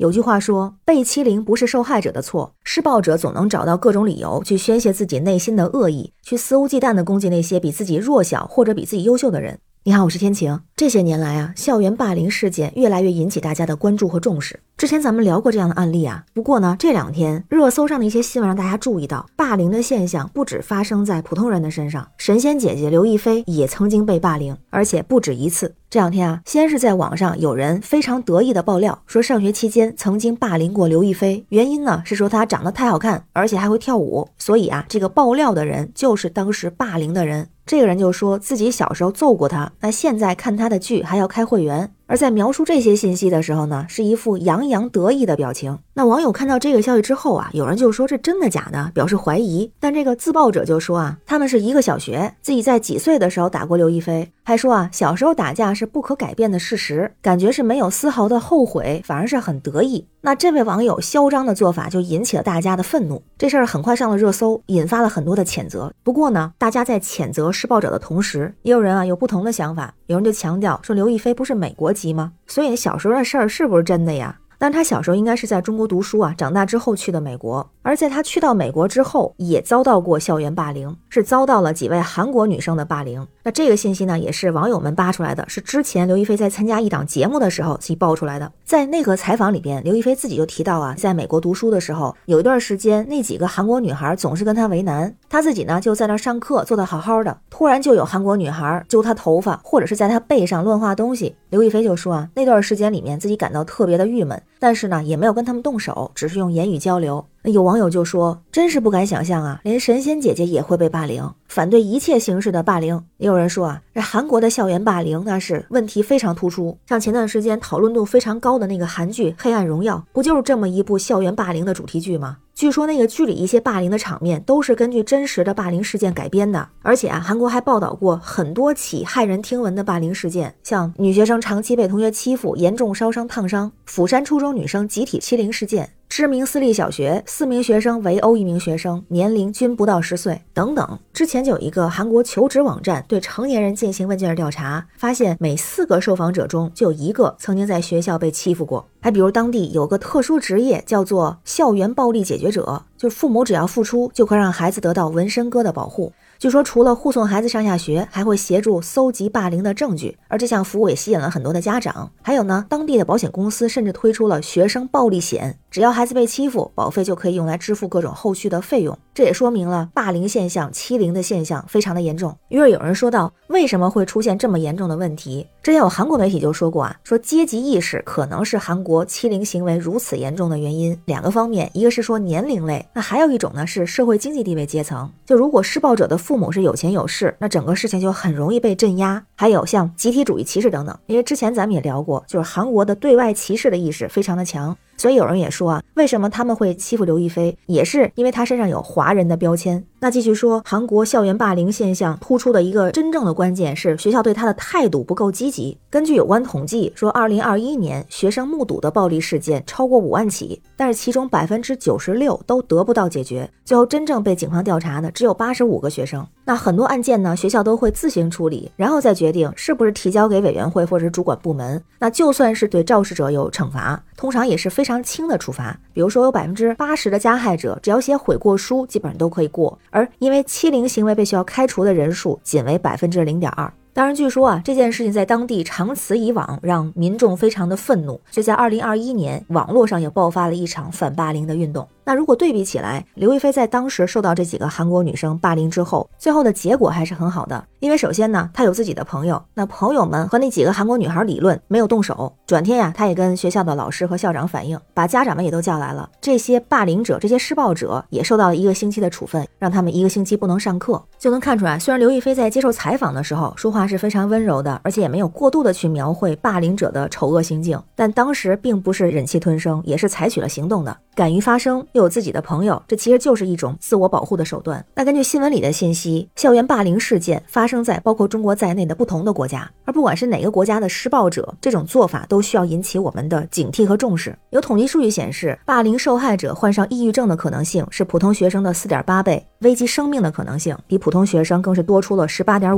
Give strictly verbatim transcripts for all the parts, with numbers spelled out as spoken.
有句话说，被欺凌不是受害者的错，施暴者总能找到各种理由去宣泄自己内心的恶意，去肆无忌惮地攻击那些比自己弱小或者比自己优秀的人。你好，我是天晴。这些年来啊，校园霸凌事件越来越引起大家的关注和重视。之前咱们聊过这样的案例啊，不过呢，这两天热搜上的一些新闻让大家注意到，霸凌的现象不止发生在普通人的身上，神仙姐姐刘亦菲也曾经被霸凌，而且不止一次。这两天啊，先是在网上有人非常得意的爆料，说上学期间曾经霸凌过刘亦菲，原因呢是说她长得太好看，而且还会跳舞，所以啊，这个爆料的人就是当时霸凌的人。这个人就说自己小时候揍过他，那现在看他的剧还要开会员。而在描述这些信息的时候呢，是一副洋洋得意的表情。那网友看到这个消息之后啊，有人就说这真的假的，表示怀疑。但这个自曝者就说啊，他们是一个小学，自己在几岁的时候打过刘亦菲，还说啊，小时候打架是不可改变的事实，感觉是没有丝毫的后悔，反而是很得意。那这位网友嚣张的做法就引起了大家的愤怒，这事儿很快上了热搜，引发了很多的谴责。不过呢，大家在谴责施暴者的同时，也有人啊有不同的想法，有人就强调说刘亦菲不是美国籍吗？所以小时候的事儿是不是真的呀？但他小时候应该是在中国读书啊，长大之后去的美国，而在他去到美国之后，也遭到过校园霸凌，是遭到了几位韩国女生的霸凌。那这个信息呢，也是网友们扒出来的，是之前刘亦菲在参加一档节目的时候去爆出来的。在那个采访里边，刘亦菲自己就提到啊，在美国读书的时候，有一段时间那几个韩国女孩总是跟她为难，她自己呢就在那上课做得好好的，突然就有韩国女孩揪她头发，或者是在她背上乱画东西。刘亦菲就说啊，那段时间里面自己感到特别的郁闷，但是呢也没有跟他们动手，只是用言语交流。有网友就说，真是不敢想象啊，连神仙姐姐也会被霸凌，反对一切形式的霸凌。也有人说啊，这韩国的校园霸凌那是问题非常突出，像前段时间讨论度非常高的那个韩剧《黑暗荣耀》，不就是这么一部校园霸凌的主题剧吗？据说那个剧里一些霸凌的场面都是根据真实的霸凌事件改编的，而且啊，韩国还报道过很多起骇人听闻的霸凌事件，像女学生长期被同学欺负，严重烧伤烫伤，釜山初中女生集体欺凌事件，知名私立小学四名学生围殴一名学生，年龄均不到十岁等等。之前就有一个韩国求职网站对成年人进行问卷调查，发现每四个受访者中就有一个曾经在学校被欺负过。还比如当地有个特殊职业叫做校园暴力解决者，就是父母只要付出就可以让孩子得到纹身哥的保护。据说除了护送孩子上下学，还会协助搜集霸凌的证据，而这项服务也吸引了很多的家长。还有呢，当地的保险公司甚至推出了学生暴力险，只要孩子被欺负，保费就可以用来支付各种后续的费用。这也说明了霸凌现象、欺凌的现象非常的严重。于是有人说到，为什么会出现这么严重的问题？之前有韩国媒体就说过啊，说阶级意识可能是韩国欺凌行为如此严重的原因。两个方面，一个是说年龄类，那还有一种呢是社会经济地位阶层。就如果施暴者的父母是有钱有势，那整个事情就很容易被镇压。还有像集体主义歧视等等，因为之前咱们也聊过，就是韩国的对外歧视的意识非常的强。所以有人也说啊，为什么他们会欺负刘亦菲，也是因为她身上有华人的标签。那继续说，韩国校园霸凌现象突出的一个真正的关键是学校对她的态度不够积极。根据有关统计说，二零二一年学生目睹的暴力事件超过五万起，但是其中百分之九十六都得不到解决，最后真正被警方调查的只有八十五个学生。那很多案件呢，学校都会自行处理，然后再决定是不是提交给委员会或者是主管部门。那就算是对肇事者有惩罚，通常也是非常轻的处罚，比如说有百分之八十的加害者只要写悔过书，基本上都可以过，而因为欺凌行为被学校开除的人数仅为百分之零点二。当然据说啊，这件事情在当地长此以往，让民众非常的愤怒，所以在二零二一年网络上也爆发了一场反霸凌的运动。那如果对比起来，刘亦菲在当时受到这几个韩国女生霸凌之后，最后的结果还是很好的。因为首先呢，她有自己的朋友，那朋友们和那几个韩国女孩理论，没有动手。转天呀，她也跟学校的老师和校长反映，把家长们也都叫来了。这些霸凌者、这些施暴者也受到了一个星期的处分，让他们一个星期不能上课。就能看出来，虽然刘亦菲在接受采访的时候说话是非常温柔的，而且也没有过度的去描绘霸凌者的丑恶行径，但当时并不是忍气吞声，也是采取了行动的。敢于发声，又有自己的朋友，这其实就是一种自我保护的手段。那根据新闻里的信息，校园霸凌事件发生在包括中国在内的不同的国家，而不管是哪个国家的施暴者，这种做法都需要引起我们的警惕和重视。有统计数据显示，霸凌受害者患上抑郁症的可能性是普通学生的 四点八倍，危及生命的可能性比普通学生更是多出了 十八点五倍。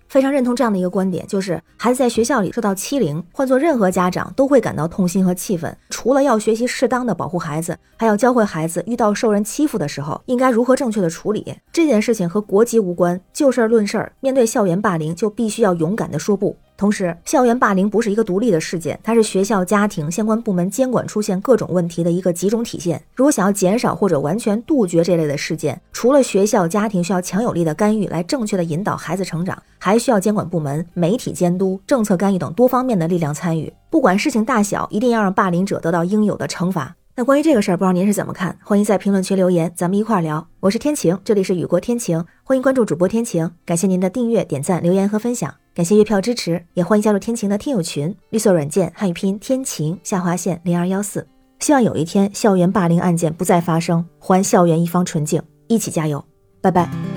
非常认同这样的一个观点，就是孩子在学校里受到欺凌，换做任何家长都会感到痛心和气愤。除了要学习适当的保护孩子，还要教会孩子遇到受人欺负的时候应该如何正确的处理。这件事情和国籍无关，就事论事儿，面对校园霸凌就必须要勇敢的说不。同时，校园霸凌不是一个独立的事件，它是学校、家庭相关部门监管出现各种问题的一个集中体现。如果想要减少或者完全杜绝这类的事件，除了学校、家庭需要强有力的干预来正确的引导孩子成长，还需要监管部门、媒体监督、政策干预等多方面的力量参与。不管事情大小，一定要让霸凌者得到应有的惩罚。那关于这个事儿，不知道您是怎么看？欢迎在评论区留言，咱们一块儿聊。我是天晴，这里是雨过天晴，欢迎关注主播天晴。感谢您的订阅、点赞、留言和分享，感谢月票支持，也欢迎加入天晴的听友群，绿色软件汉语拼音天晴下划线零二幺四。希望有一天校园霸凌案件不再发生，还校园一方纯净，一起加油，拜拜。